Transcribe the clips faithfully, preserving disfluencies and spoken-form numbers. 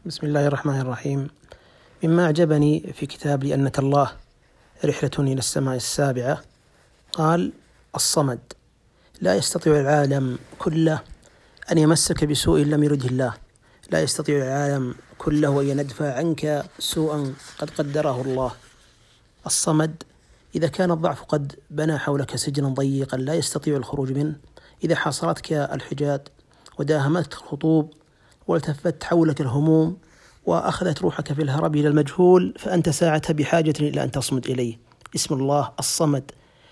بسم الله الرحمن الرحيم. مما أعجبني في كتاب لأنك الله رحلة إلى السماء السابعة قال: الصمد لا يستطيع العالم كله أن يمسك بسوء لم يرده الله، لا يستطيع العالم كله أن يدفع عنك سوءا قد قدره الله. الصمد إذا كان الضعف قد بنى حولك سجنا ضيقا لا يستطيع الخروج منه، إذا حاصرتك الحجاد وداهمتك الخطوب والتفت حولك الهموم وأخذت روحك في الهرب إلى المجهول، فأنت ساعتها بحاجة إلى أن تصمد إليه. اسم الله الصمد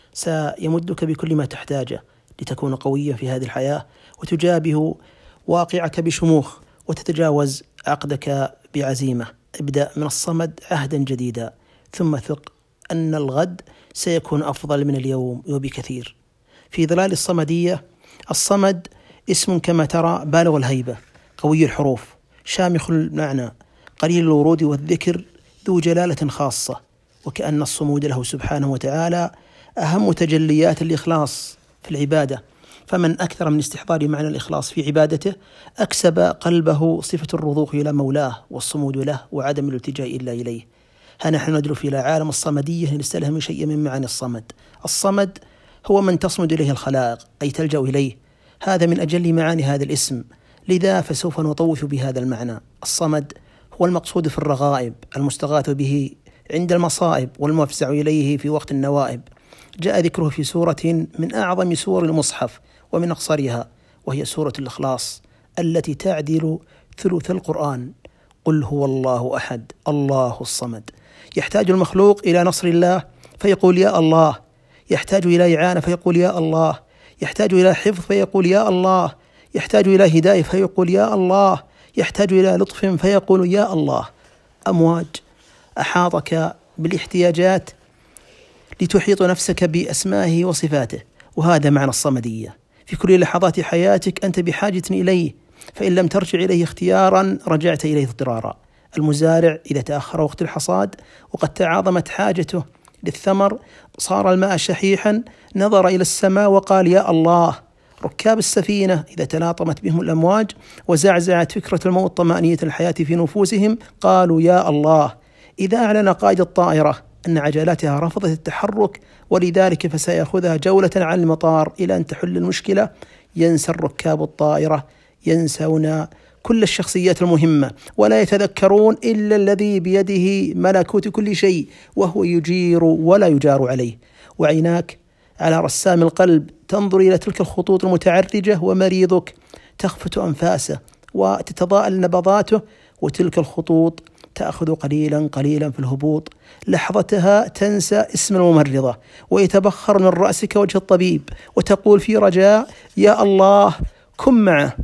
سيمدك بكل ما تحتاجه لتكون قويا في هذه الحياة وتجابه واقعك بشموخ وتتجاوز عقدك بعزيمة. ابدأ من الصمد عهدا جديدا، ثم ثق أن الغد سيكون أفضل من اليوم وبكثير. في ظلال الصمدية، الصمد اسم كما ترى بالغ الهيبة، قوي الحروف، شامخ المعنى، قليل الورود والذكر، ذو جلالة خاصة، وكأن الصمود له سبحانه وتعالى أهم تجليات الإخلاص في العبادة. فمن أكثر من استحضار معنى الإخلاص في عبادته أكسب قلبه صفة الرضوخ إلى مولاه والصمود له وعدم الالتجاء إلا إليه. ها نحن ندلف إلى عالم الصمدية لنستلهم شيئا من معاني الصمد. الصمد هو من تصمد إليه الخلائق، أي تلجأ إليه. هذا من أجل معاني هذا الاسم، لذا فسوف نطوف بهذا المعنى. الصمد هو المقصود في الرغائب، المستغاث به عند المصائب والمفزع إليه في وقت النوائب. جاء ذكره في سورة من أعظم سور المصحف ومن أقصرها، وهي سورة الإخلاص التي تعدل ثلث القرآن. قل هو الله أحد الله الصمد. يحتاج المخلوق إلى نصر الله فيقول يا الله، يحتاج إلى إعانة فيقول يا الله، يحتاج إلى حفظ فيقول يا الله، يحتاج إلى هداية فيقول يا الله، يحتاج إلى لطف فيقول يا الله. أمواج أحاطك بالاحتياجات لتحيط نفسك بأسمائه وصفاته، وهذا معنى الصمدية. في كل لحظات حياتك أنت بحاجة إليه، فإن لم ترجع إليه اختيارا رجعت إليه اضطرارا. المزارع إذا تأخر وقت الحصاد وقد تعاظمت حاجته للثمر صار الماء شحيحا نظر إلى السماء وقال يا الله. ركاب السفينة إذا تلاطمت بهم الأمواج وزعزعت فكرة الموت طمأنينة الحياة في نفوسهم قالوا يا الله. إذا أعلن قائد الطائرة أن عجلاتها رفضت التحرك ولذلك فسيأخذها جولة على المطار إلى أن تحل المشكلة، ينسى الركاب الطائرة، ينسون كل الشخصيات المهمة ولا يتذكرون إلا الذي بيده ملكوت كل شيء وهو يجير ولا يجار عليه. وعيناك على رسام القلب تنظر إلى تلك الخطوط المتعرجة، ومريضك تخفت أنفاسه وتتضاءل نبضاته، وتلك الخطوط تأخذ قليلا قليلا في الهبوط. لحظتها تنسى اسم الممرضة ويتبخر من رأسك وجه الطبيب وتقول في رجاء يا الله كن معه.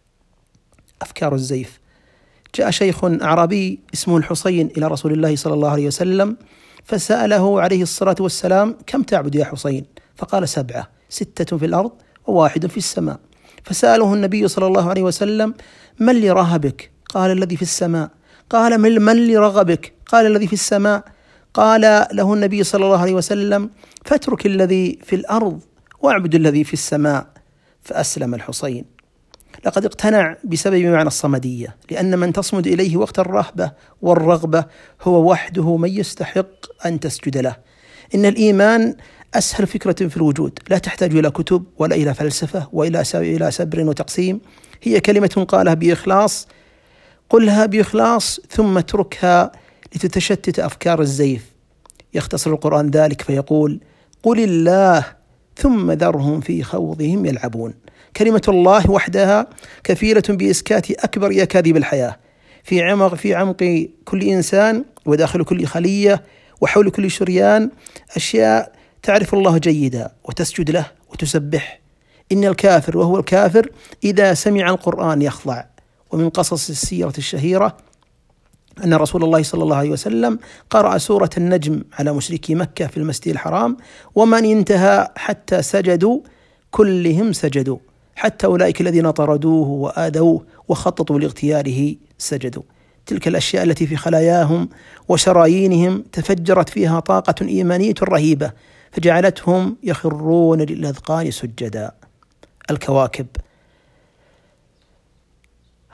أفكار الزيف. جاء شيخ أعرابي اسمه الحسين إلى رسول الله صلى الله عليه وسلم فسأله عليه الصلاة والسلام كم تعبد يا حسين؟ فقال سبعة، ستة في الأرض وواحد في السماء. فسأله النبي صلى الله عليه وسلم من اللي رهبك؟ قال الذي في السماء. قال من اللي رغبك؟ قال الذي في السماء. قال له النبي صلى الله عليه وسلم فاترك الذي في الأرض واعبد الذي في السماء. فأسلم الحسين. لقد اقتنع بسبب معنى الصمدية، لأن من تصمد إليه وقت الرهبة والرغبة هو وحده من يستحق أن تسجد له. إن الإيمان أسهل فكرة في الوجود، لا تحتاج إلى كتب ولا إلى فلسفة وإلى إلى سبر وتقسيم. هي كلمة قالها بإخلاص، قلها بإخلاص ثم اتركها لتتشتت أفكار الزيف. يختصر القرآن ذلك فيقول قل الله ثم ذرهم في خوضهم يلعبون. كلمة الله وحدها كفيلة بإسكات أكبر أكاذيب الحياة. في عمق في عمق كل إنسان وداخل كل خلية وحول كل شريان أشياء تعرف الله جيدا وتسجد له وتسبح. إن الكافر وهو الكافر إذا سمع القرآن يخضع. ومن قصص السيرة الشهيرة أن رسول الله صلى الله عليه وسلم قرأ سورة النجم على مشركي مكة في المسجد الحرام، ومن انتهى حتى سجدوا كلهم سجدوا، حتى أولئك الذين طردوه وآذوه وخططوا لاغتياله سجدوا. تلك الأشياء التي في خلاياهم وشرايينهم تفجرت فيها طاقة إيمانية رهيبة فجعلتهم يخرون للأذقان سجدا. الكواكب.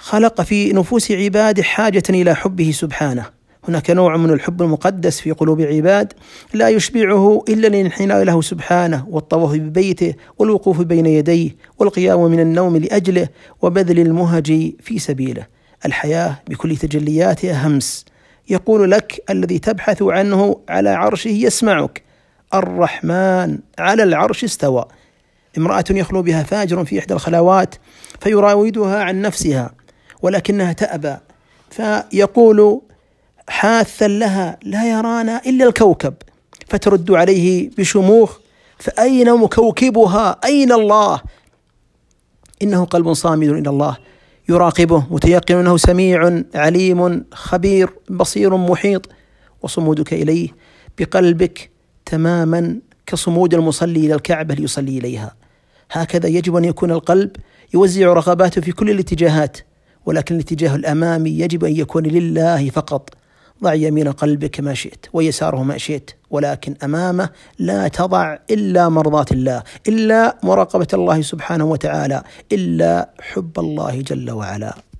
خلق في نفوس عباده حاجة إلى حبه سبحانه. هناك نوع من الحب المقدس في قلوب عباد لا يشبعه إلا الانحناء له سبحانه، والطواف ببيته، والوقوف بين يديه، والقيام من النوم لأجله، وبذل المهج في سبيله. الحياة بكل تجلياتها همس يقول لك الذي تبحث عنه على عرشه يسمعك: الرحمن على العرش استوى. امرأة يخلو بها فاجر في إحدى الخلوات فيراودها عن نفسها ولكنها تأبى، فيقول حاثا لها: لا يرانا إلا الكوكب، فترد عليه بشموخ: فأين مكوكبها؟ أين الله؟ إنه قلب صامد إلى الله يراقبه متيقن أنه سميع عليم خبير بصير محيط، وصمودك إليه بقلبك تماما كصمود المصلي إلى الكعبة ليصلي إليها. هكذا يجب أن يكون القلب يوزع رغباته في كل الاتجاهات، ولكن الاتجاه الأمامي يجب أن يكون لله فقط. ضع يمين قلبك ما شئت ويساره ما شئت، ولكن أمامه لا تضع إلا مرضاة الله، إلا مراقبة الله سبحانه وتعالى، إلا حب الله جل وعلا.